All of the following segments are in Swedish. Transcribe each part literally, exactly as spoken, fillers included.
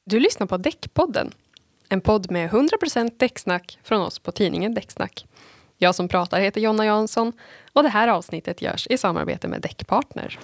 Du lyssnar på Däckpodden, en podd med hundra procent däcksnack från oss på tidningen Däcksnack. Jag som pratar heter Jonna Jansson och det här avsnittet görs i samarbete med Däckpartner.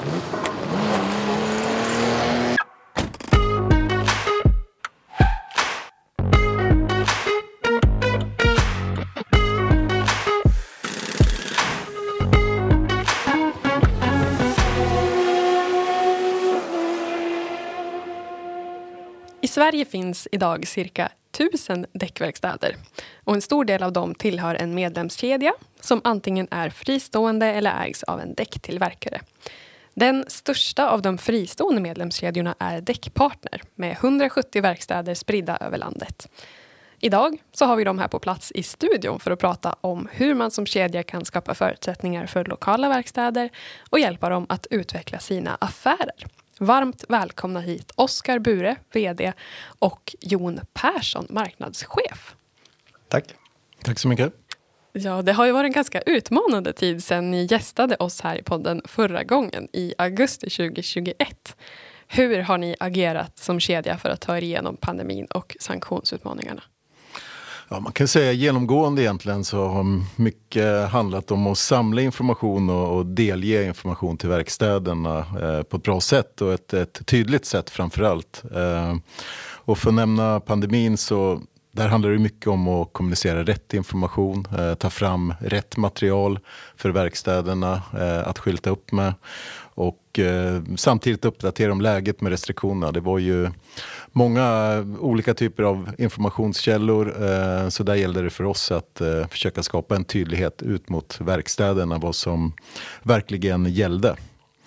I Sverige finns idag cirka tusen däckverkstäder och en stor del av dem tillhör en medlemskedja som antingen är fristående eller ägs av en däcktillverkare. Den största av de fristående medlemskedjorna är Däckpartner med hundrasjuttio verkstäder spridda över landet. Idag så har vi dem här på plats i studion för att prata om hur man som kedja kan skapa förutsättningar för lokala verkstäder och hjälpa dem att utveckla sina affärer. Varmt välkomna hit Oskar Bure, vd, och Jon Persson, marknadschef. Tack. Tack så mycket. Ja, det har ju varit en ganska utmanande tid sedan ni gästade oss här i podden förra gången i augusti tjugohundratjugoett. Hur har ni agerat som kedja för att ta er igenom pandemin och sanktionsutmaningarna? Ja, man kan säga genomgående egentligen så har mycket handlat om att samla information och, och delge information till verkstäderna eh, på ett bra sätt och ett, ett tydligt sätt framförallt. Eh, och för att nämna pandemin så där handlar det mycket om att kommunicera rätt information, eh, ta fram rätt material för verkstäderna eh, att skylta upp med och eh, samtidigt uppdatera om läget med restriktionerna. Det var ju många olika typer av informationskällor eh, så där gällde det för oss att eh, försöka skapa en tydlighet ut mot verkstäderna vad som verkligen gällde.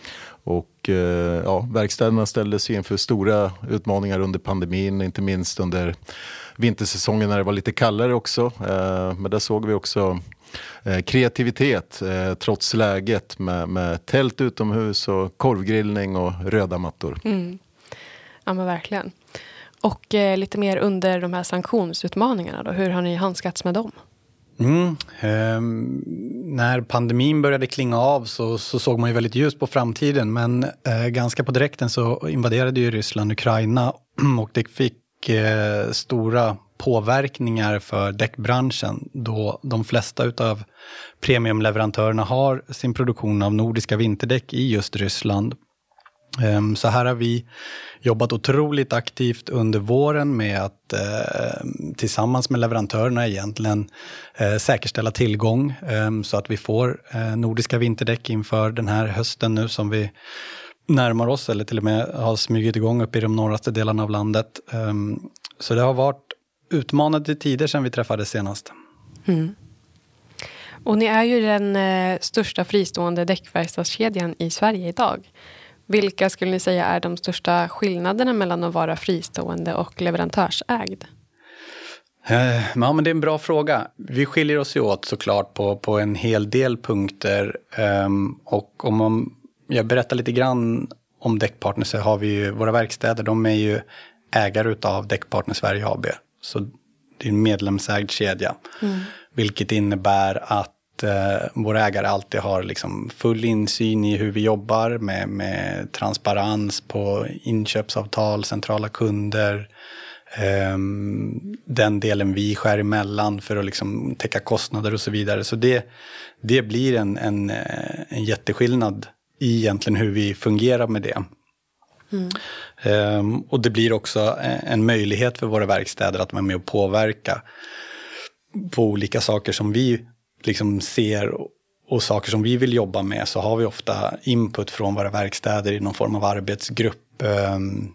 Och eh, ja, verkstäderna ställdes inför stora utmaningar under pandemin, inte minst under vintersäsongen när det var lite kallare också. Eh, men där såg vi också eh, kreativitet eh, trots läget med, med tält utomhus och korvgrillning och röda mattor. Mm. Ja, men verkligen. Och eh, lite mer under de här sanktionsutmaningarna då, hur har ni handskats med dem? Mm. Um, när pandemin började klinga av så, så såg man ju väldigt ljust på framtiden, men uh, ganska på direkten så invaderade ju Ryssland Ukraina och det fick uh, stora påverkningar för däckbranschen då de flesta utav premiumleverantörerna har sin produktion av nordiska vinterdäck i just Ryssland. Um, så här har vi jobbat otroligt aktivt under våren med att eh, tillsammans med leverantörerna egentligen eh, säkerställa tillgång eh, så att vi får eh, nordiska vinterdäck inför den här hösten nu som vi närmar oss eller till och med har smugit igång upp i de norraste delarna av landet. Eh, så det har varit utmanande tider sedan vi träffades senast. Mm. Och ni är ju den eh, största fristående däckverkstadskedjan i Sverige idag. Vilka skulle ni säga är de största skillnaderna mellan att vara fristående och leverantörsägd? Eh, ja, men det är en bra fråga. Vi skiljer oss ju åt såklart på, på en hel del punkter. Um, och om man, jag berättar lite grann om Däckpartner så har vi ju våra verkstäder. De är ju ägare utav Däckpartner Sverige A B. Så det är en medlemsägd kedja. Mm. Vilket innebär att Eh, våra ägare alltid har liksom full insyn i hur vi jobbar med, med transparens på inköpsavtal, centrala kunder. Eh, den delen vi skär emellan för att liksom täcka kostnader och så vidare. Så det, det blir en, en, en jätteskillnad i egentligen hur vi fungerar med det. Mm. Eh, och det blir också en möjlighet för våra verkstäder att vara med och påverka på olika saker som vi liksom ser och saker som vi vill jobba med, så har vi ofta input från våra verkstäder i någon form av arbetsgrupp um,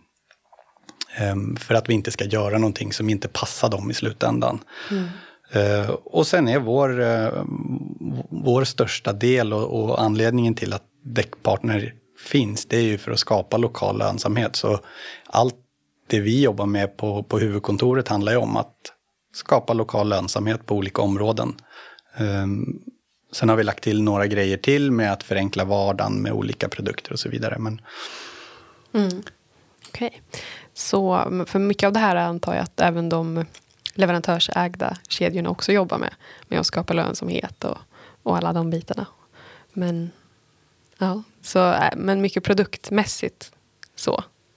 um, för att vi inte ska göra någonting som inte passar dem i slutändan. Mm. Uh, och sen är vår, uh, vår största del och, och anledningen till att Däckpartner finns, det är ju för att skapa lokal lönsamhet. Så allt det vi jobbar med på, på huvudkontoret handlar ju om att skapa lokal lönsamhet på olika områden. Um, sen har vi lagt till några grejer till med att förenkla vardagen med olika produkter och så vidare. Men... Mm. Okej. Okay. Så för mycket av det här antar jag att även de leverantörsägda kedjorna också jobbar med. Med att skapa lönsamhet och, och alla de bitarna. Men, ja, så, men mycket produktmässigt så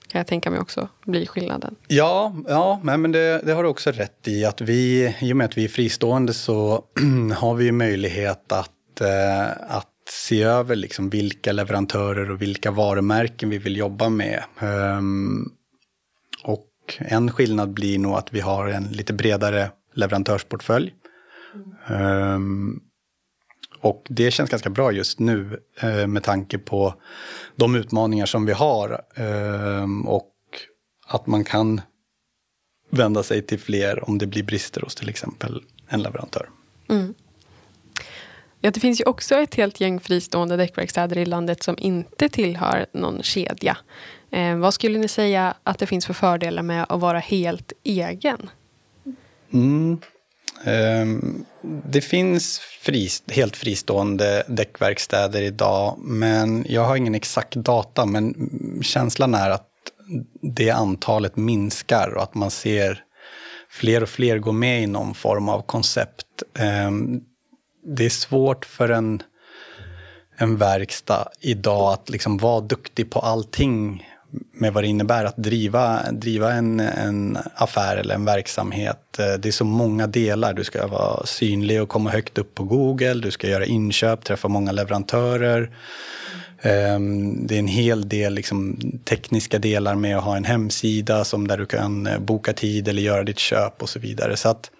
kan jag tänka mig också blir skillnaden. Ja, ja men det, det har du också rätt i. Att vi, i och med att vi är fristående så har vi möjlighet att, eh, att se över liksom vilka leverantörer och vilka varumärken vi vill jobba med. Um, och en skillnad blir nog att vi har en lite bredare leverantörsportfölj. Mm. Um, och det känns ganska bra just nu uh, med tanke på de utmaningar som vi har. Um, och att man kan vända sig till fler om det blir brister hos till exempel en leverantör. Mm. Ja, det finns ju också ett helt gäng fristående däckverkstäder i landet som inte tillhör någon kedja. Eh, vad skulle ni säga att det finns för fördelar med att vara helt egen? Mm. Um, det finns frist, helt fristående däckverkstäder idag, men jag har ingen exakt data, men känslan är att det antalet minskar och att man ser fler och fler gå med i någon form av koncept. Um, det är svårt för en, en verkstad idag att liksom vara duktig på allting med vad det innebär att driva, driva en, en affär eller en verksamhet. Det är så många delar. Du ska vara synlig och komma högt upp på Google. Du ska göra inköp, träffa många leverantörer. Det är en hel del liksom tekniska delar med att ha en hemsida som där du kan boka tid eller göra ditt köp och så vidare. Så att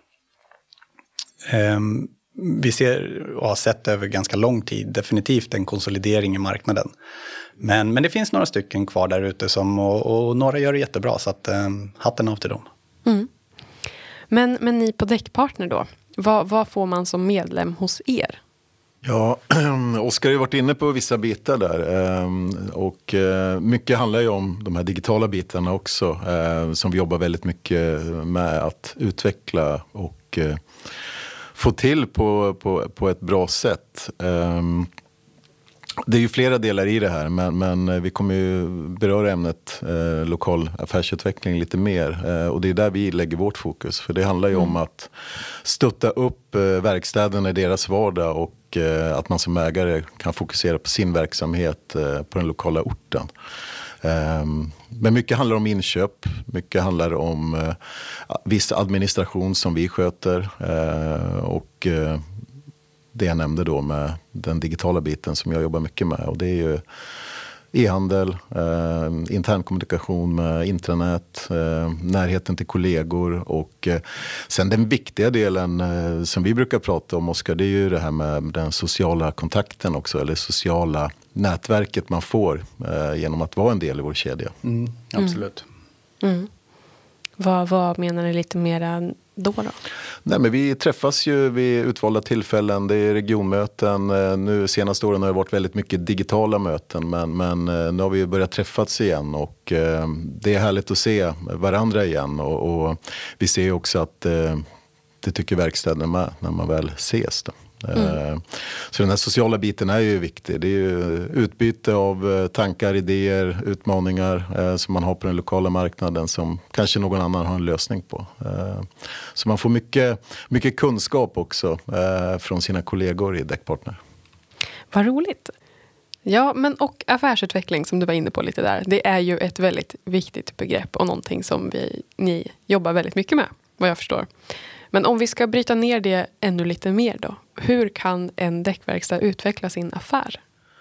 um, vi ser och har sett över ganska lång tid definitivt en konsolidering i marknaden. Men, men det finns några stycken kvar där ute som, och, och några gör det jättebra, så att um, hatten av till dem. Mm. Men, men ni på Däckpartner då, vad, vad får man som medlem hos er? Ja, Oskar har ju varit inne på vissa bitar där och mycket handlar ju om de här digitala bitarna också som vi jobbar väldigt mycket med att utveckla och få till på, på, på ett bra sätt. Det är ju flera delar i det här, men, men vi kommer ju beröra ämnet eh, lokal affärsutveckling lite mer. Eh, och det är där vi lägger vårt fokus. För det handlar ju mm. om att stötta upp eh, verkstäderna i deras vardag och eh, att man som ägare kan fokusera på sin verksamhet eh, på den lokala orten. Eh, men mycket handlar om inköp, mycket handlar om eh, viss administration som vi sköter eh, och eh, det jag nämnde då med den digitala biten som jag jobbar mycket med. Och det är ju e-handel, eh, intern kommunikation med intranät, eh, närheten till kollegor. Och eh, sen den viktiga delen eh, som vi brukar prata om, Oskar, det är ju det här med den sociala kontakten också. Eller sociala nätverket man får eh, genom att vara en del i vår kedja. Mm, absolut. Mm. Mm. Vad, vad menar ni lite mer då då? Nej, men vi träffas ju vid utvalda tillfällen. Det är regionmöten. Nu senaste åren har det varit väldigt mycket digitala möten. Men, men nu har vi börjat träffas igen. Och eh, det är härligt att se varandra igen. Och, och vi ser också att eh, det tycker verkstäderna med när man väl ses då. Mm. Så den här sociala biten är ju viktig. Det är ju utbyte av tankar, idéer, utmaningar som man har på den lokala marknaden som kanske någon annan har en lösning på. Så man får mycket, mycket kunskap också från sina kollegor i Däckpartner. Vad roligt. Ja, men och affärsutveckling som du var inne på lite där. Det är ju ett väldigt viktigt begrepp och någonting som vi, ni jobbar väldigt mycket med, vad jag förstår. Men om vi ska bryta ner det ännu lite mer då. Hur kan en däckverkstad utveckla sin affär?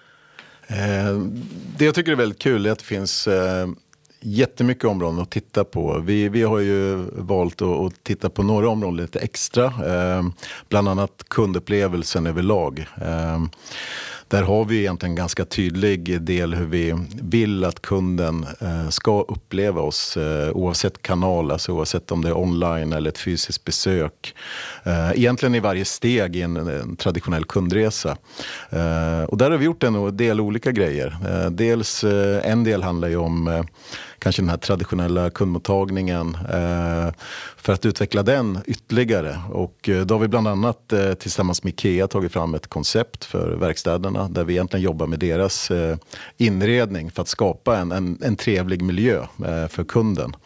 Eh, det jag tycker är väldigt kul är att det finns eh, jättemycket områden att titta på. Vi, vi har ju valt att, att titta på några områden lite extra. Eh, bland annat kundupplevelsen överlag. Eh, Där har vi egentligen en ganska tydlig del hur vi vill att kunden eh, ska uppleva oss eh, oavsett kanal, alltså oavsett om det är online eller ett fysiskt besök. Eh, egentligen i varje steg i en, en traditionell kundresa. Eh, och där har vi gjort en del olika grejer. Eh, dels eh, en del handlar ju om eh, kanske den här traditionella kundmottagningen eh, för att utveckla den ytterligare. Och eh, då har vi bland annat eh, tillsammans med Ikea tagit fram ett koncept för verkstäderna där vi egentligen jobbar med deras eh, inredning för att skapa en, en, en trevlig miljö eh, för kunden.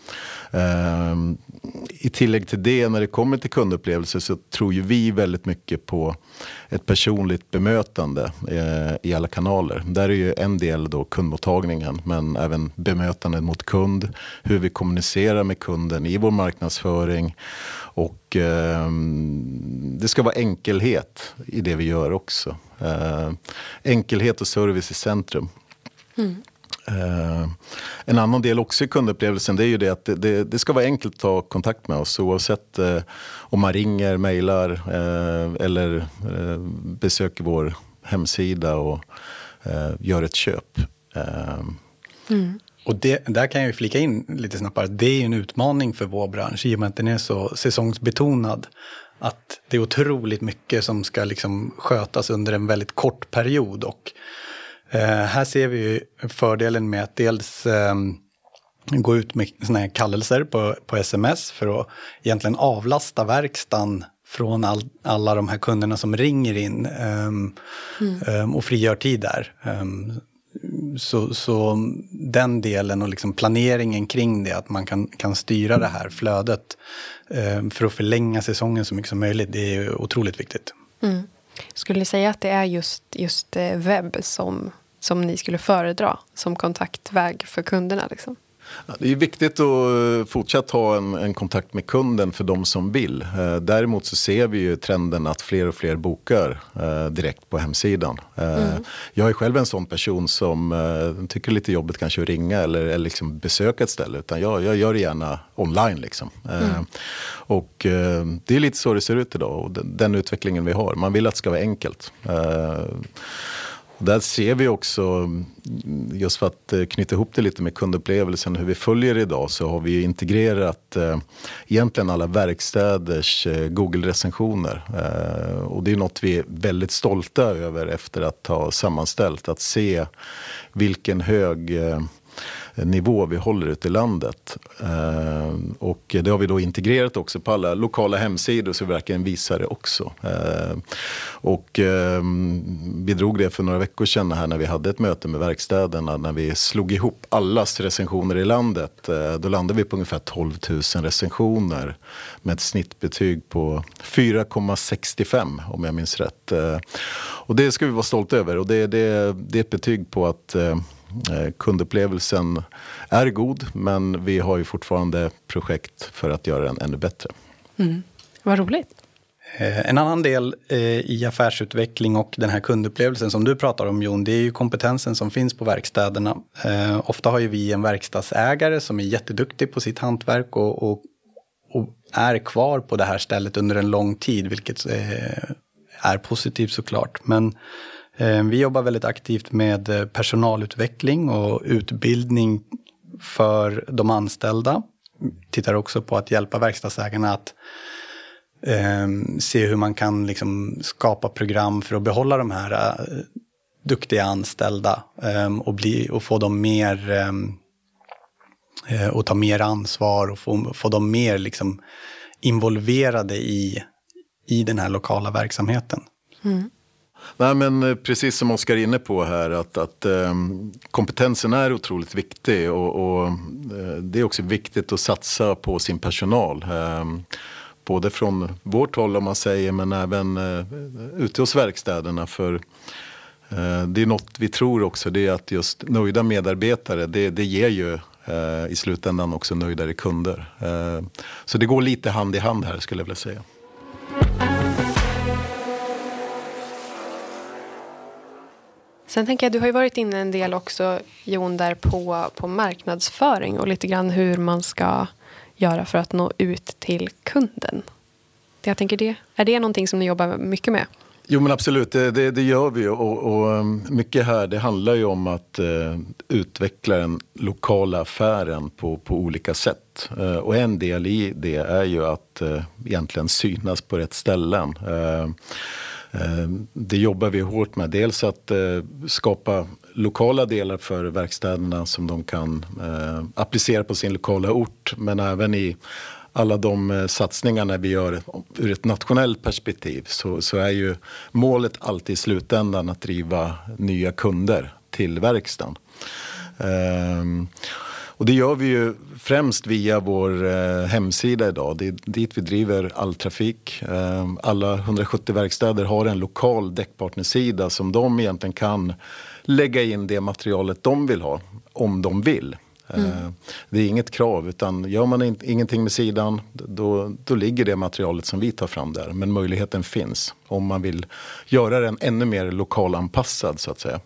Um, I tillägg till det, när det kommer till kundupplevelser, så tror ju vi väldigt mycket på ett personligt bemötande eh, i alla kanaler. Där är ju en del då kundmottagningen, men även bemötandet mot kund, hur vi kommunicerar med kunden i vår marknadsföring, och eh, det ska vara enkelhet i det vi gör också. Eh, enkelhet och service i centrum. Mm. Uh, en annan del också i kundupplevelsen, det är ju det att det, det, det ska vara enkelt att ta kontakt med oss, oavsett uh, om man ringer, mejlar uh, eller uh, besöker vår hemsida och uh, gör ett köp. Uh. Mm. Och det, där kan jag ju flika in lite snabbare. Det är ju en utmaning för vår bransch i och med att den är så säsongsbetonad. Att det är otroligt mycket som ska liksom skötas under en väldigt kort period, och Uh, här ser vi ju fördelen med att dels um, gå ut med såna här kallelser på, på sms för att egentligen avlasta verkstaden från all, alla de här kunderna som ringer in um, mm. um, och frigör tid där. Um, så, så den delen och liksom planeringen kring det, att man kan, kan styra det här flödet um, för att förlänga säsongen så mycket som möjligt, det är ju otroligt viktigt. Mm. Skulle ni säga att det är just, just webb som, som ni skulle föredra som kontaktväg för kunderna? Liksom? Ja, det är viktigt att fortsätta ha en, en kontakt med kunden för de som vill. Däremot så ser vi ju trenden att fler och fler bokar eh, direkt på hemsidan. Eh, mm. Jag är själv en sån person som eh, tycker lite jobbigt kanske att ringa eller, eller liksom besöka ett ställe. Utan jag, jag gör det gärna online liksom. Eh, mm. Och eh, det är lite så det ser ut idag, och den, den utvecklingen vi har. Man vill att det ska vara enkelt. Eh, Där ser vi också, just för att knyta ihop det lite med kundupplevelsen, hur vi följer idag, så har vi integrerat eh, egentligen alla verkstäders eh, Google-recensioner. Eh, och det är något vi är väldigt stolta över efter att ha sammanställt, att se vilken hög eh, nivå vi håller ute i landet. Eh, och det har vi då integrerat också på alla lokala hemsidor, så vi verkligen visar det också. Eh, och eh, vi drog det för några veckor sedan här när vi hade ett möte med verkstäderna, när vi slog ihop allas recensioner i landet. Eh, då landade vi på ungefär tolv tusen recensioner med ett snittbetyg på fyra komma sextiofem, om jag minns rätt. Eh, och det ska vi vara stolta över, och det, det, det är ett betyg på att eh, kundupplevelsen är god, men vi har ju fortfarande projekt för att göra den ännu bättre. Mm. Vad roligt. En annan del i affärsutveckling och den här kundupplevelsen som du pratar om, Jon, det är ju kompetensen som finns på verkstäderna. Ofta har ju vi en verkstadsägare som är jätteduktig på sitt hantverk och, och, och är kvar på det här stället under en lång tid, vilket är positivt såklart. Men vi jobbar väldigt aktivt med personalutveckling och utbildning för de anställda. Tittar också på att hjälpa verkstadsägarna att eh, se hur man kan liksom skapa program för att behålla de här eh, duktiga anställda eh, och, bli, och få dem mer eh, och ta mer ansvar och få, få dem mer liksom involverade i, i den här lokala verksamheten. Mm. Nej, men precis som Oskar är inne på här, att, att um, kompetensen är otroligt viktig, och, och uh, det är också viktigt att satsa på sin personal. Um, både från vårt håll, om man säger, men även uh, ute hos verkstäderna, för uh, det är något vi tror också, det är att just nöjda medarbetare, det, det ger ju uh, i slutändan också nöjdare kunder. Uh, så det går lite hand i hand här, skulle jag vilja säga. Sen tänker jag, du har ju varit inne en del också, Jon, där på, på marknadsföring och lite grann hur man ska göra för att nå ut till kunden. Jag tänker det, är det någonting som ni jobbar mycket med? Jo, men absolut, det, det, det gör vi, och, och mycket här, det handlar ju om att eh, utveckla den lokala affären på, på olika sätt. Eh, och en del i det är ju att eh, egentligen synas på rätt ställen. Eh, Det jobbar vi hårt med. Dels att eh, skapa lokala delar för verkstäderna som de kan eh, applicera på sin lokala ort. Men även i alla de eh, satsningarna vi gör ur ett nationellt perspektiv, så, så är ju målet alltid i slutändan att driva nya kunder till verkstaden. Eh, Och det gör vi ju främst via vår eh, hemsida idag. Det är dit vi driver all trafik. Eh, alla hundrasjuttio verkstäder har en lokal däckpartnersida som de egentligen kan lägga in det materialet de vill ha, om de vill. Mm. Det är inget krav, utan gör man ingenting med sidan, då, då ligger det materialet som vi tar fram där. Men möjligheten finns om man vill göra den ännu mer lokalanpassad, så att säga.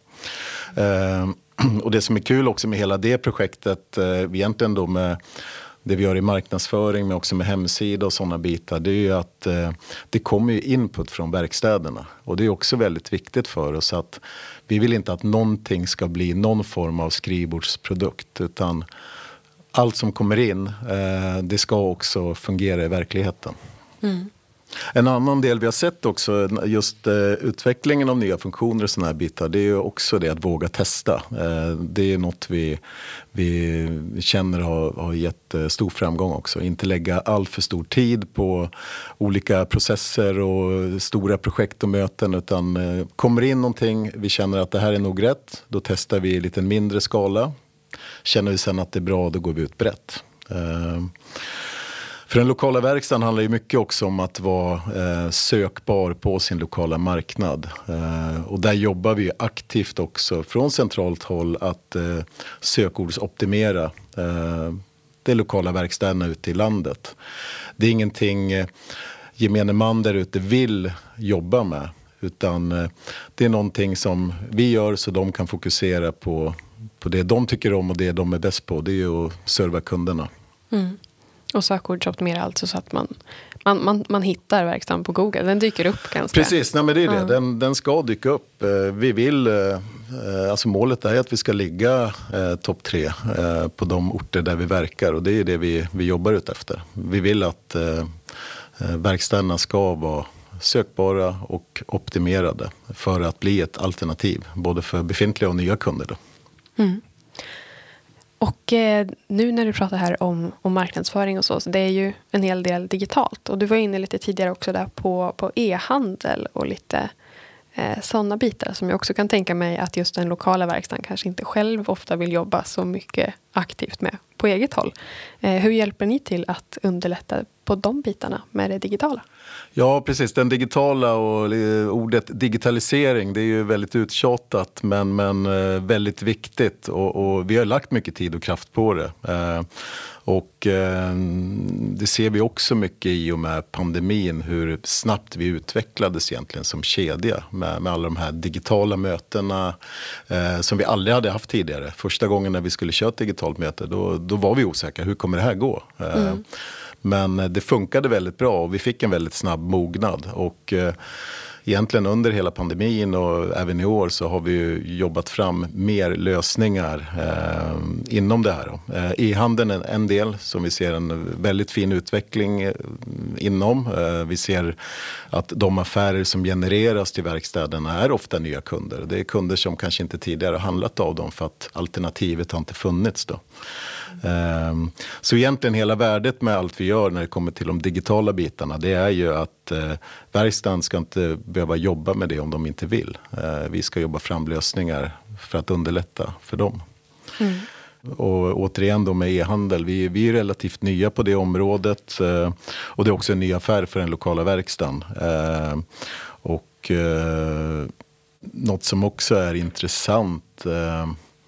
Eh, och det som är kul också med hela det projektet, eh, egentligen då med det vi gör i marknadsföring, men också med hemsida och sådana bitar, det är ju att eh, det kommer ju input från verkstäderna. Och det är också väldigt viktigt för oss att vi vill inte att någonting ska bli någon form av skrivbordsprodukt, utan allt som kommer in, eh, det ska också fungera i verkligheten. Mm. En annan del vi har sett också, just eh, utvecklingen av nya funktioner och sådana här bitar, det är ju också det att våga testa. Eh, det är något vi, vi känner har, har gett eh, stor framgång också. Inte lägga all för stor tid på olika processer och stora projekt och möten, utan eh, kommer in någonting, vi känner att det här är nog rätt, då testar vi i lite mindre skala. Känner vi sen att det är bra, då går vi ut brett. Eh, För den lokala verkstaden handlar ju mycket också om att vara eh, sökbar på sin lokala marknad. Eh, och där jobbar vi aktivt också från centralt håll att eh, sökordsoptimera eh, de lokala verkstäderna ute i landet. Det är ingenting eh, gemene man där ute vill jobba med, utan eh, det är någonting som vi gör så de kan fokusera på, på det de tycker om och det de är bäst på. Det är ju att serva kunderna. Mm. Och sökordsoptimera alltså så att man, man, man, man hittar verkstaden på Google. Den dyker upp ganska. Precis, nej, men det är det. Mm. Den, den ska dyka upp. Vi vill, alltså målet är att vi ska ligga eh, topp tre eh, på de orter där vi verkar. Och det är det vi, vi jobbar ut efter. Vi vill att eh, verkstäderna ska vara sökbara och optimerade för att bli ett alternativ. Både för befintliga och nya kunder då. Mm. Och eh, nu när du pratar här om, om marknadsföring och så, så det är ju en hel del digitalt. Och du var inne lite tidigare också där på, på e-handel och lite eh, sådana bitar som jag också kan tänka mig att just den lokala verkstaden kanske inte själv ofta vill jobba så mycket aktivt med på eget håll. Eh, hur hjälper ni till att underlätta på de bitarna med det digitala? Ja, precis. Den digitala och ordet digitalisering, det är ju väldigt uttjatat men, men väldigt viktigt och, och vi har lagt mycket tid och kraft på det. Eh, och eh, det ser vi också mycket i och med pandemin, hur snabbt vi utvecklades egentligen som kedja med, med alla de här digitala mötena eh, som vi aldrig hade haft tidigare. Första gången när vi skulle köra ett digitalt möte, då, då var vi osäkra. Hur kommer det här gå? Eh, mm. Men det funkade väldigt bra och vi fick en väldigt snabb mognad. Och eh, egentligen under hela pandemin och även i år så har vi ju jobbat fram mer lösningar eh, inom det här. Eh, e-handeln är en del som vi ser en väldigt fin utveckling inom. Eh, vi ser att de affärer som genereras till verkstäderna är ofta nya kunder. Det är kunder som kanske inte tidigare har handlat av dem för att alternativet har inte funnits då. Um, så egentligen hela värdet med allt vi gör när det kommer till de digitala bitarna, det är ju att uh, verkstaden ska inte behöva jobba med det om de inte vill. Uh, vi ska jobba fram lösningar för att underlätta för dem. Mm. Och återigen då med e-handel, vi, vi är relativt nya på det området uh, och det är också en ny affär för den lokala verkstaden. Uh, och uh, något som också är intressant uh,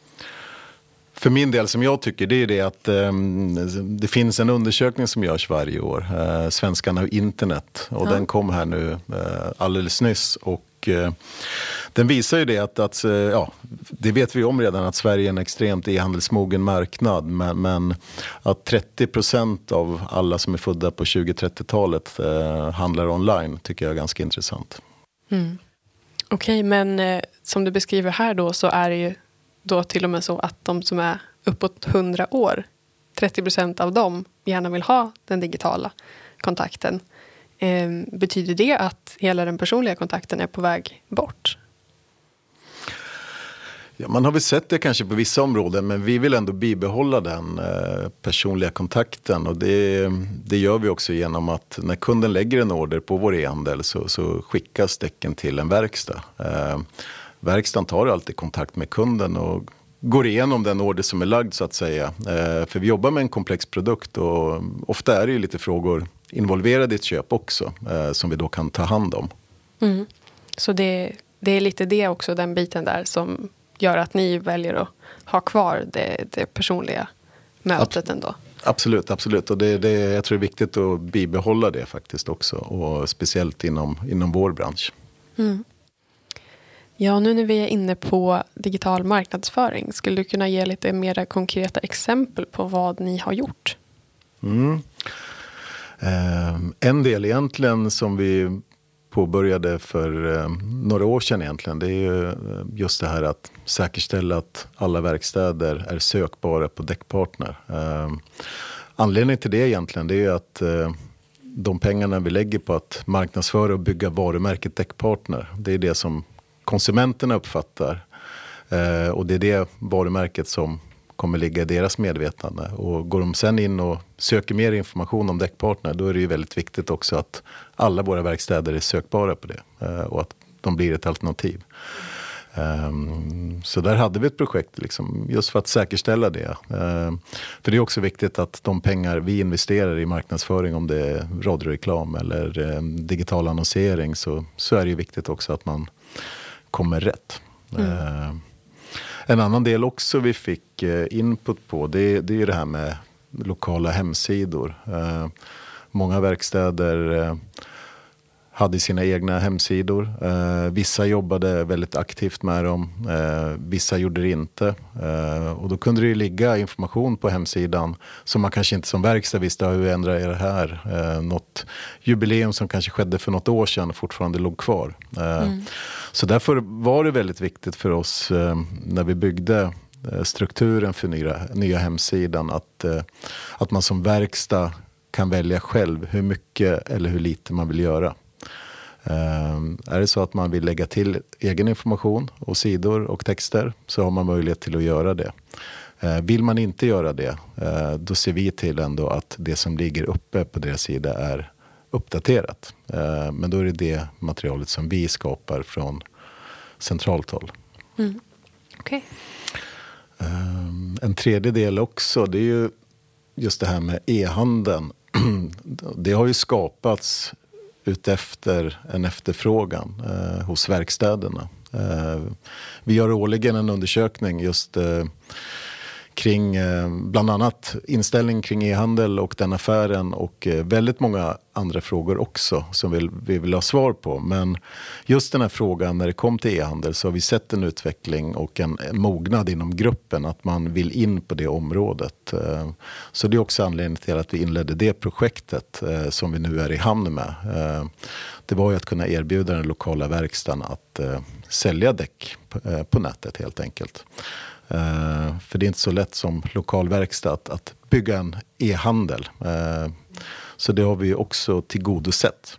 för min del som jag tycker, det är det att eh, det finns en undersökning som görs varje år. Eh, Svenskarna och internet. Och ja. Den kom här nu eh, alldeles nyss. Och eh, den visar ju det att, att eh, ja, det vet vi om redan att Sverige är en extremt e-handelsmogen marknad. Men, men att trettio procent av alla som är födda på tjugo-trettiotalet eh, handlar online tycker jag är ganska intressant. Mm. Okej, okay, men eh, som du beskriver här då så är det ju då till och med så att de som är uppåt hundra år, trettio procent av dem gärna vill ha den digitala kontakten. Eh, betyder det att hela den personliga kontakten är på väg bort? Ja, man har väl sett det kanske på vissa områden, men vi vill ändå bibehålla den eh, personliga kontakten. Och det, det gör vi också genom att när kunden lägger en order på vår e-handel så, så skickas däcken till en verkstad. Eh, Verkstaden tar alltid kontakt med kunden och går igenom den order som är lagd så att säga. Eh, för vi jobbar med en komplex produkt och ofta är det ju lite frågor involverade i ett köp också eh, som vi då kan ta hand om. Mm. Så det, det är lite det också, den biten där som gör att ni väljer att ha kvar det, det personliga mötet ändå. Absolut, absolut. Och det, det, jag tror det är viktigt att bibehålla det faktiskt också. Och speciellt inom, inom vår bransch. Mm. Ja, nu när vi är inne på digital marknadsföring, skulle du kunna ge lite mer konkreta exempel på vad ni har gjort? Mm. Eh, en del egentligen som vi påbörjade för eh, några år sedan egentligen, det är ju just det här att säkerställa att alla verkstäder är sökbara på Däckpartner. Eh, anledningen till det egentligen, det är ju att eh, de pengarna vi lägger på att marknadsföra och bygga varumärket Däckpartner, det är det som konsumenterna uppfattar. Eh, och det är det varumärket som kommer ligga i deras medvetande. Och går de sen in och söker mer information om Däckpartner, då är det ju väldigt viktigt också att alla våra verkstäder är sökbara på det. Eh, och att de blir ett alternativ. Um, så där hade vi ett projekt liksom, just för att säkerställa det. Uh, för det är också viktigt att de pengar vi investerar i marknadsföring, om det är radioreklam eller um, digital annonsering, så, så är det ju viktigt också att man kommer rätt. Mm. Uh, en annan del också vi fick uh, input på, det, det är ju det här med lokala hemsidor. Uh, många verkstäder uh, hade sina egna hemsidor. Eh, vissa jobbade väldigt aktivt med dem. Eh, vissa gjorde det inte. Eh, och då kunde det ju ligga information på hemsidan som man kanske inte som verkstad visste, hur ändrar är det här? Eh, något jubileum som kanske skedde för något år sedan fortfarande låg kvar. Eh, mm. Så därför var det väldigt viktigt för oss eh, när vi byggde eh, strukturen för nya, nya hemsidan att, eh, att man som verkstad kan välja själv hur mycket eller hur lite man vill göra. Uh, är det så att man vill lägga till egen information och sidor och texter, så har man möjlighet till att göra det. Uh, vill man inte göra det, uh, då ser vi till ändå att det som ligger uppe på deras sida är uppdaterat. Uh, men då är det det materialet som vi skapar från centralt håll. Mm. Okay. Uh, en tredje del också, det är ju just det här med e-handeln. Det har ju skapats utefter en efterfrågan eh, hos verkstäderna. Eh, vi gör årligen en undersökning just eh, kring eh, bland annat inställning kring e-handel och den affären och eh, väldigt många andra frågor också som vi, vi vill ha svar på. Men just den här frågan när det kom till e-handel så har vi sett en utveckling och en mognad inom gruppen att man vill in på det området. Eh, så det är också anledningen till att vi inledde det projektet eh, som vi nu är i hamn med. Eh, det var ju att kunna erbjuda den lokala verkstaden att eh, sälja däck på, eh, på nätet helt enkelt. Uh, för det är inte så lätt som lokal verkstad att, att bygga en e-handel. Uh, så det har vi också tillgodosett.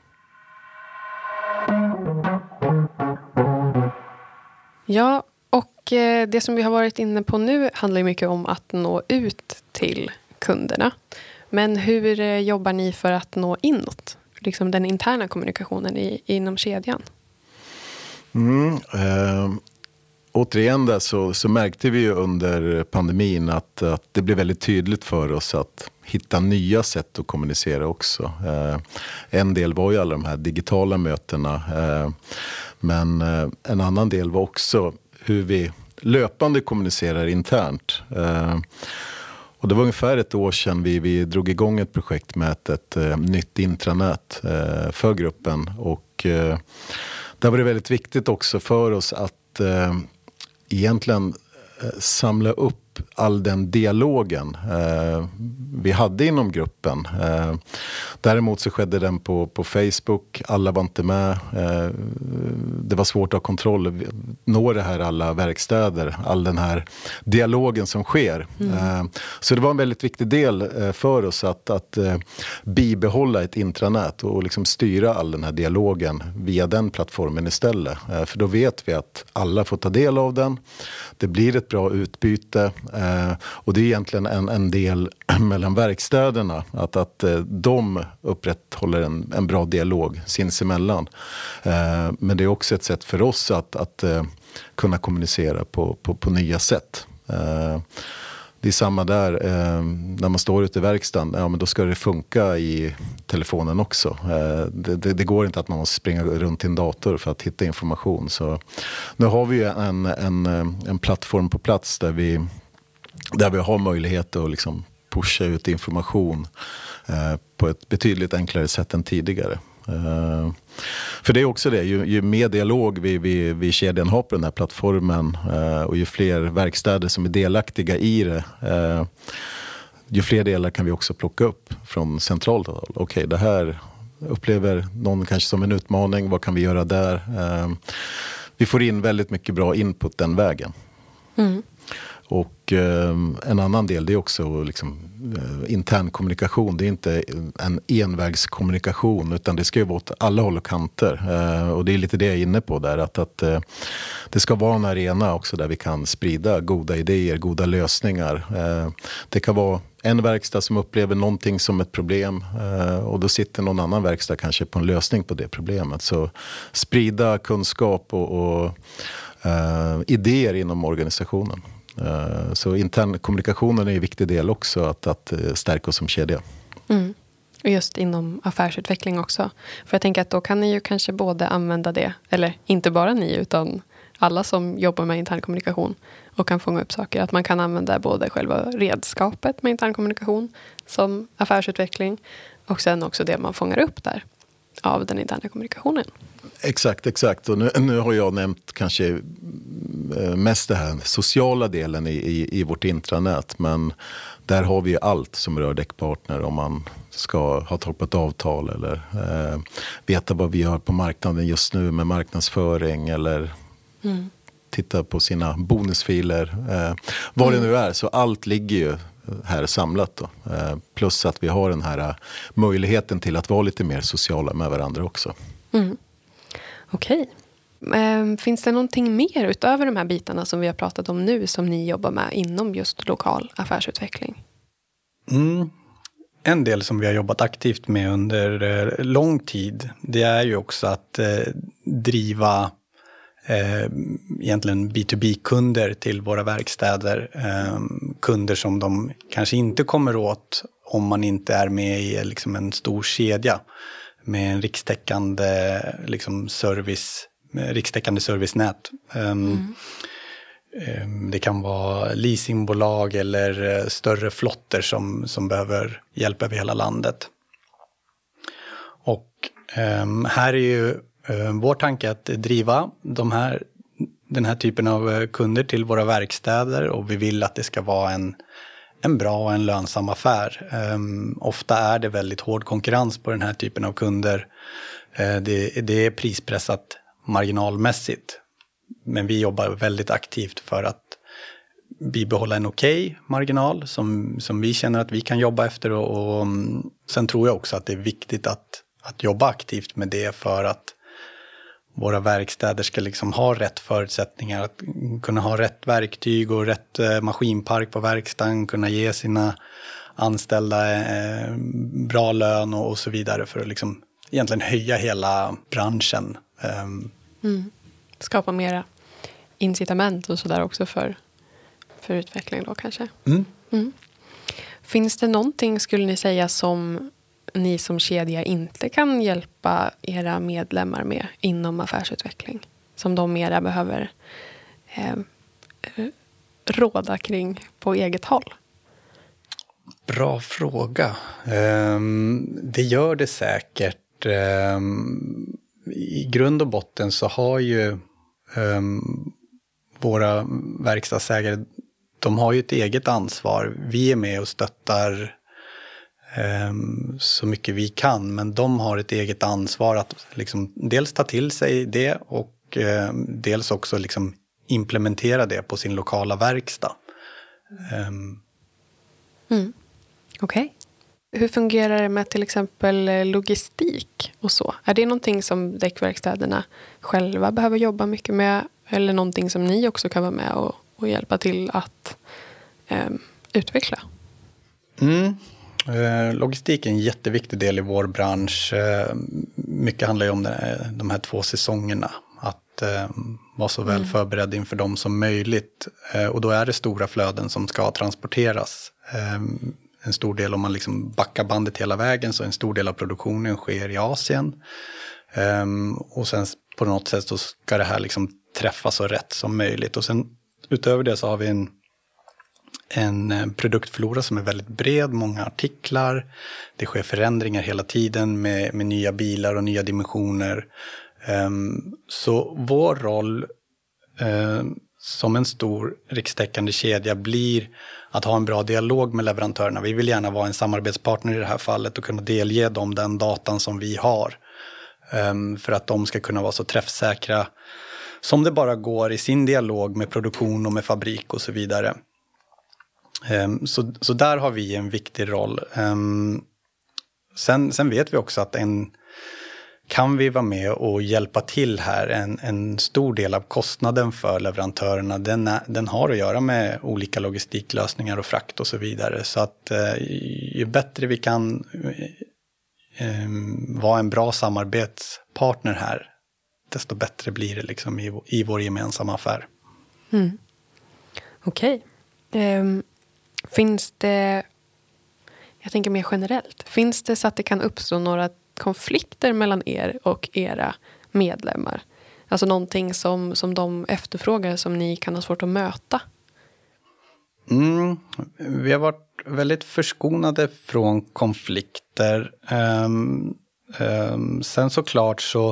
Ja, och eh, det som vi har varit inne på nu handlar ju mycket om att nå ut till kunderna. Men hur eh, jobbar ni för att nå inåt? Liksom den interna kommunikationen i, inom kedjan. Mm, uh... Återigen där så, så märkte vi ju under pandemin att, att det blev väldigt tydligt för oss att hitta nya sätt att kommunicera också. Eh, en del var ju alla de här digitala mötena. Eh, men eh, en annan del var också hur vi löpande kommunicerar internt. Eh, och det var ungefär ett år sedan vi, vi drog igång ett projekt med ett, ett, ett nytt intranät eh, för gruppen. Och eh, där var det väldigt viktigt också för oss att eh, egentligen eh, samla upp all den dialogen eh, vi hade inom gruppen. Eh, däremot så skedde den på, på Facebook. Alla var inte med. Eh, det var svårt att ha kontroll. Nå det här alla verkstäder. All den här dialogen som sker. Mm. Eh, så det var en väldigt viktig del eh, för oss att, att eh, bibehålla ett intranät och, och liksom styra all den här dialogen via den plattformen istället. Eh, för då vet vi att alla får ta del av den. Det blir ett bra utbyte. Eh, och det är egentligen en, en del mellan verkstäderna att, att eh, de upprätthåller en, en bra dialog sinsemellan. Eh, men det är också ett sätt för oss att, att eh, kunna kommunicera på, på, på nya sätt. Eh, det är samma där, eh, när man står ute i verkstaden, ja, men då ska det funka i telefonen också. Eh, det, det, det går inte att man måste springa runt i en dator för att hitta information. Så nu har vi en, en, en plattform på plats där vi, där vi har möjlighet att liksom pusha ut information eh, på ett betydligt enklare sätt än tidigare. Uh, för det är också det, ju, ju mer dialog vi, vi, vi kedjan har på den här plattformen uh, och ju fler verkstäder som är delaktiga i det, uh, ju fler delar kan vi också plocka upp från centralt håll. Okej, okay, det här upplever någon kanske som en utmaning, vad kan vi göra där? Uh, vi får in väldigt mycket bra input den vägen. Mm. Och eh, en annan del, det är också liksom, eh, intern kommunikation. Det är inte en envägskommunikation, utan det ska ju vara åt alla håll och kanter. Eh, och det är lite det jag är inne på där, att, att eh, det ska vara en arena också där vi kan sprida goda idéer, goda lösningar. Eh, det kan vara en verkstad som upplever någonting som ett problem eh, och då sitter någon annan verkstad kanske på en lösning på det problemet. Så sprida kunskap och, och eh, idéer inom organisationen. Så intern kommunikationen är en viktig del också, att, att stärka oss som kedja. Mm. Och just inom affärsutveckling också. För jag tänker att då kan ni ju kanske både använda det, eller inte bara ni utan alla som jobbar med intern kommunikation och kan fånga upp saker. Att man kan använda både själva redskapet med intern kommunikation som affärsutveckling och sen också det man fångar upp där av den interna kommunikationen. Exakt, exakt. Och nu, nu har jag nämnt kanske mest det här sociala delen i, i, i vårt intranät. Men där har vi allt som rör Däckpartner, om man ska ha tag på ett avtal eller eh, veta vad vi gör på marknaden just nu med marknadsföring eller mm. titta på sina bonusfiler. Eh, vad mm. det nu är, så allt ligger ju här samlat då. Eh, plus att vi har den här möjligheten till att vara lite mer sociala med varandra också. Mm. Okej. Okay. Finns det någonting mer utöver de här bitarna som vi har pratat om nu som ni jobbar med inom just lokal affärsutveckling? Mm. En del som vi har jobbat aktivt med under eh, lång tid, det är ju också att eh, driva eh, egentligen B to B-kunder till våra verkstäder. Eh, kunder som de kanske inte kommer åt om man inte är med i liksom en stor kedja med en rikstäckande liksom service, rikstäckande servicenät. Um, mm. um, det kan vara leasingbolag eller uh, större flotter som, som behöver hjälp över hela landet. Och um, här är ju uh, vår tanke att driva de här, den här typen av uh, kunder till våra verkstäder, och vi vill att det ska vara en en bra och en lönsam affär. Um, ofta är det väldigt hård konkurrens på den här typen av kunder. Uh, det, det är prispressat marginalmässigt. Men vi jobbar väldigt aktivt för att bibehålla en okej okay marginal som, som vi känner att vi kan jobba efter. Och, och um, sen tror jag också att det är viktigt att, att jobba aktivt med det för att våra verkstäder ska liksom ha rätt förutsättningar, att kunna ha rätt verktyg och rätt eh, maskinpark på verkstaden, kunna ge sina anställda eh, bra lön och, och så vidare för att liksom egentligen höja hela branschen. Um. Mm. Skapa mera incitament och sådär också för, för utveckling då kanske. Mm. Mm. Finns det någonting, skulle ni säga, som ni som kedja inte kan hjälpa era medlemmar med inom affärsutveckling? Som de mera behöver eh, råda kring på eget håll? Bra fråga. Um, det gör det säkert. Um, I grund och botten så har ju um, våra verkstadsägare, de har ju ett eget ansvar. Vi är med och stöttar så mycket vi kan, men de har ett eget ansvar att liksom dels ta till sig det och eh, dels också liksom implementera det på sin lokala verkstad. Um. Mm. Okej. Okay. Hur fungerar det med till exempel logistik och så? Är det någonting som däckverkstäderna själva behöver jobba mycket med, eller någonting som ni också kan vara med och, och hjälpa till att eh, utveckla? Mm. Logistik är en jätteviktig del i vår bransch. Mycket handlar ju om de här två säsongerna. Att att eh, vara så väl mm. förberedd inför dem som möjligt. Eh, och då är det stora flöden som ska transporteras. Eh, en stor del, om man liksom backar bandet hela vägen, så en stor del av produktionen sker i Asien. Eh, och sen på något sätt så ska det här liksom träffa så rätt som möjligt. Och sen utöver det så har vi en En produktflora som är väldigt bred, många artiklar. Det sker förändringar hela tiden med, med nya bilar och nya dimensioner. Um, så vår roll um, som en stor rikstäckande kedja blir att ha en bra dialog med leverantörerna. Vi vill gärna vara en samarbetspartner i det här fallet och kunna delge dem den datan som vi har. Um, för att de ska kunna vara så träffsäkra som det bara går i sin dialog med produktion och med fabrik och så vidare. Um, så, så där har vi en viktig roll. Um, sen, sen vet vi också att en, kan vi vara med och hjälpa till här, en, en stor del av kostnaden för leverantörerna, den, är, den har att göra med olika logistiklösningar och frakt och så vidare. Så att uh, ju bättre vi kan um, vara en bra samarbetspartner här, desto bättre blir det liksom i, i vår gemensamma affär. Mm. Okej. Okay. Um... Finns det, jag tänker mer generellt, finns det så att det kan uppstå några konflikter mellan er och era medlemmar? Alltså någonting som, som de efterfrågar som ni kan ha svårt att möta? Mm, vi har varit väldigt förskonade från konflikter. Um, um, sen såklart så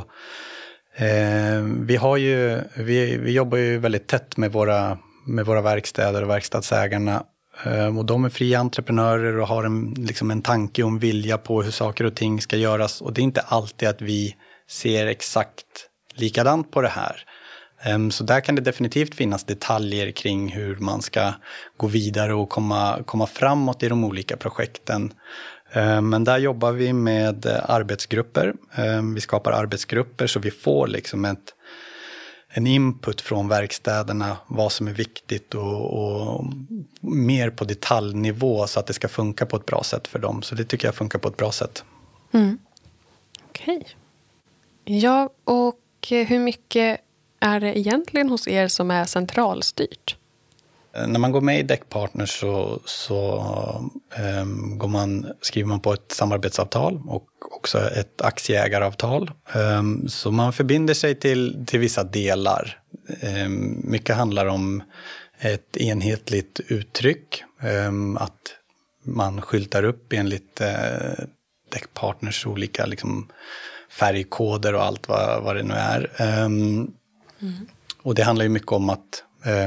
um, vi har ju, vi, vi jobbar ju väldigt tätt med våra, med våra verkstäder och verkstadsägarna. Och de är fria entreprenörer och har en, liksom en tanke och en vilja på hur saker och ting ska göras. Och det är inte alltid att vi ser exakt likadant på det här. Så där kan det definitivt finnas detaljer kring hur man ska gå vidare och komma, komma framåt i de olika projekten. Men där jobbar vi med arbetsgrupper. Vi skapar arbetsgrupper så vi får liksom ett en input från verkstäderna, vad som är viktigt och, och mer på detaljnivå så att det ska funka på ett bra sätt för dem. Så det tycker jag funkar på ett bra sätt. Mm. Okej. Okay. Ja, och hur mycket är det egentligen hos er som är centralstyrt? När man går med i Däckpartners så, så um, går man, skriver man på ett samarbetsavtal och också ett aktieägaravtal. Um, så man förbinder sig till, till vissa delar. Um, mycket handlar om ett enhetligt uttryck. Um, att man skyltar upp enligt uh, Däckpartners olika liksom, färgkoder och allt vad, vad det nu är. Um, mm. Och det handlar ju mycket om att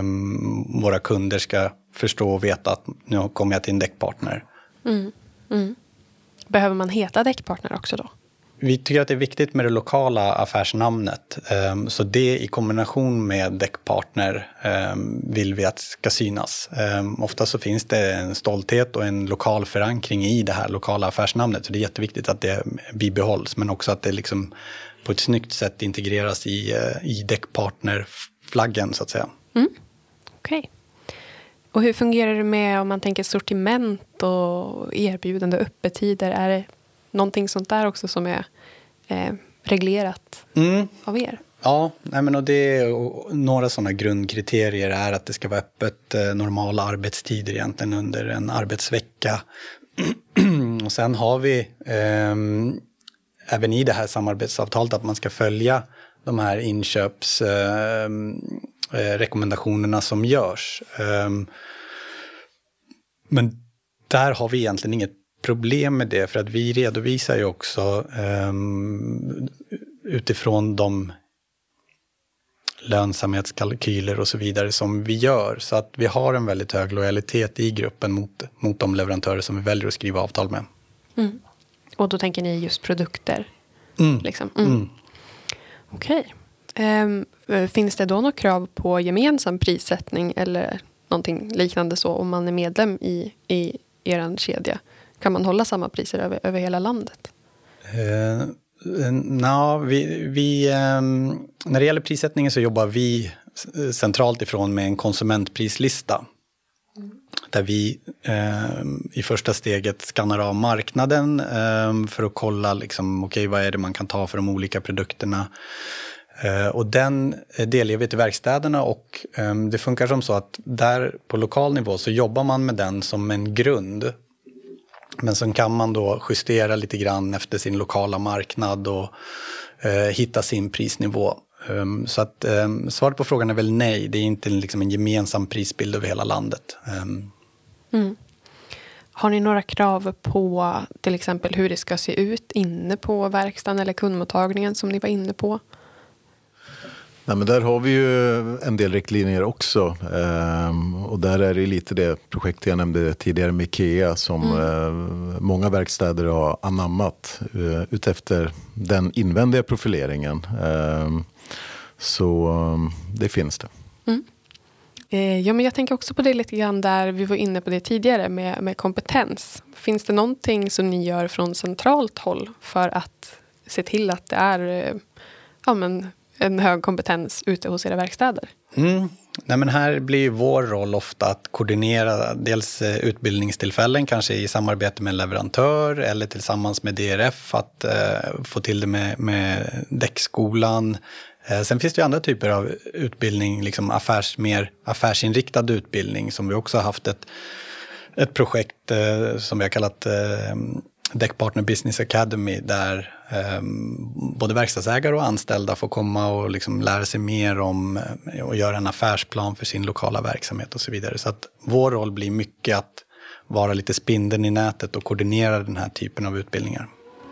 Um, våra kunder ska förstå och veta att nu kommer jag till en däckpartner. Mm. Mm. Behöver man heta däckpartner också då? Vi tycker att det är viktigt med det lokala affärsnamnet. Um, så det i kombination med däckpartner um, vill vi att ska synas. Um, ofta så finns det en stolthet och en lokal förankring i det här lokala affärsnamnet. Så det är jätteviktigt att det bibehålls, men också att det liksom på ett snyggt sätt integreras i, uh, i däckpartnerflaggen så att säga. Mm. Okej. Okay. Och hur fungerar det med om man tänker sortiment och erbjudande öppettider? Är det någonting sånt där också som är eh, reglerat mm. av er? Ja, nej men och det och några sådana grundkriterier är att det ska vara öppet eh, normala arbetstider egentligen under en arbetsvecka. Och sen har vi eh, även i det här samarbetsavtalet att man ska följa de här inköps eh, rekommendationerna som görs. Men där har vi egentligen inget problem med det, för att vi redovisar ju också utifrån de lönsamhetskalkyler och så vidare som vi gör. Så att vi har en väldigt hög lojalitet i gruppen mot, mot de leverantörer som vi väljer att skriva avtal med. Mm. Och då tänker ni just produkter? Mm. Liksom. Mm. Mm. Okej. Okay. Um, finns det då något krav på gemensam prissättning eller någonting liknande så om man är medlem i, i er kedja? Kan man hålla samma priser över, över hela landet? Uh, na, vi, vi, um, när det gäller prissättningen så jobbar vi centralt ifrån med en konsumentprislista. Mm. Där vi eh, i första steget skannar av marknaden eh, för att kolla liksom, okej, vad är det man kan ta för de olika produkterna. Och den delger vi till verkstäderna och det funkar som så att där på lokal nivå så jobbar man med den som en grund. Men sen kan man då justera lite grann efter sin lokala marknad och eh, hitta sin prisnivå. Um, så att um, svaret på frågan är väl nej. Det är inte liksom en gemensam prisbild över hela landet. Um. Mm. Har ni några krav på till exempel hur det ska se ut inne på verkstaden eller kundmottagningen som ni var inne på? Nej, men där har vi ju en del riktlinjer också. Ehm, och där är det lite det projektet jag nämnde tidigare med IKEA som mm. eh, många verkstäder har anammat eh, utefter den invändiga profileringen. Ehm, så det finns det. Mm. Eh, ja, men jag tänker också på det lite grann där vi var inne på det tidigare med, med kompetens. Finns det någonting som ni gör från centralt håll för att se till att det är eh, ja, men, en hög kompetens ute hos era verkstäder? Mm. Nej, men här blir vår roll ofta att koordinera dels utbildningstillfällen, kanske i samarbete med en leverantör eller tillsammans med D R F att eh, få till det med, med däckskolan. Eh, sen finns det ju andra typer av utbildning, liksom affärs, mer affärsinriktad utbildning som vi också har haft ett, ett projekt eh, som vi har kallat eh, Däckpartner Business Academy där eh, både verkstadsägare och anställda får komma och liksom lära sig mer om och göra en affärsplan för sin lokala verksamhet och så vidare. Så att vår roll blir mycket att vara lite spindeln i nätet och koordinera den här typen av utbildningar.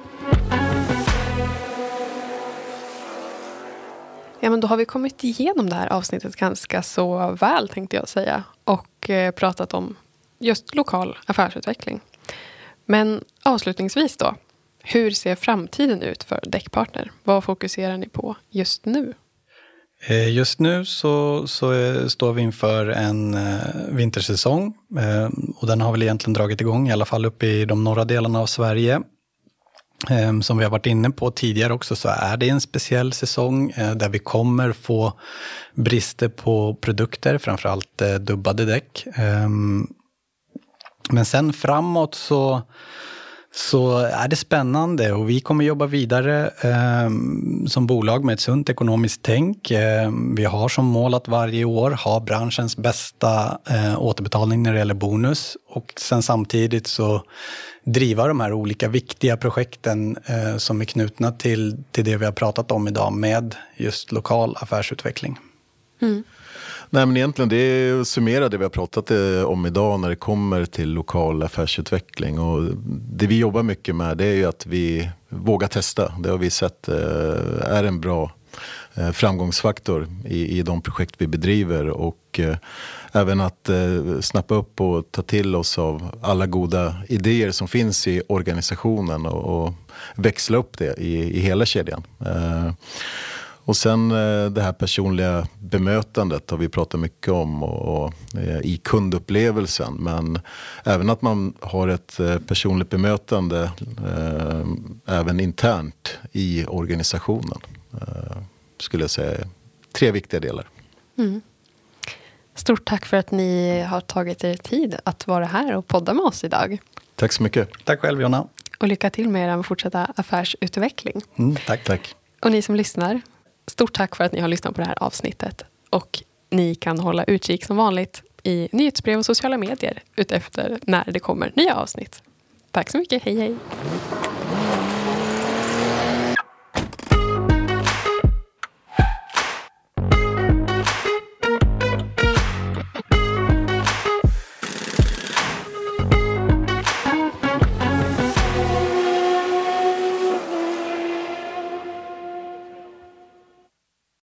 Ja, men då har vi kommit igenom det här avsnittet ganska så väl, tänkte jag säga, och eh, pratat om just lokal affärsutveckling. Men avslutningsvis då, hur ser framtiden ut för Däckpartner? Vad fokuserar ni på just nu? Just nu så, så står vi inför en eh, vintersäsong eh, och den har väl egentligen dragit igång i alla fall uppe i de norra delarna av Sverige. Eh, som vi har varit inne på tidigare också så är det en speciell säsong eh, där vi kommer få brister på produkter, framförallt eh, dubbade däck. Eh, men sen framåt så Så är det spännande och vi kommer jobba vidare eh, som bolag med ett sunt ekonomiskt tänk. Eh, vi har som mål att varje år ha branschens bästa eh, återbetalning när det gäller bonus. Och sen samtidigt så driva de här olika viktiga projekten eh, som är knutna till, till det vi har pratat om idag med just lokal affärsutveckling. Mm. Nej, men egentligen det är att summera det vi har pratat om idag när det kommer till lokal affärsutveckling. Och det vi jobbar mycket med det är ju att vi vågar testa. Det har vi sett är en bra framgångsfaktor i, i de projekt vi bedriver. Och även att snappa upp och ta till oss av alla goda idéer som finns i organisationen och, och växla upp det i, i hela kedjan. Och sen det här personliga bemötandet har vi pratat mycket om och, och, i kundupplevelsen. Men även att man har ett personligt bemötande eh, även internt i organisationen. Eh, skulle jag säga tre viktiga delar. Mm. Stort tack för att ni har tagit er tid att vara här och podda med oss idag. Tack så mycket. Tack själv, Jonna. Och lycka till med er fortsatta affärsutveckling. Mm, tack. tack. Och ni som lyssnar, stort tack för att ni har lyssnat på det här avsnittet. Och ni kan hålla utkik som vanligt i nyhetsbrev och sociala medier utefter när det kommer nya avsnitt. Tack så mycket, hej hej!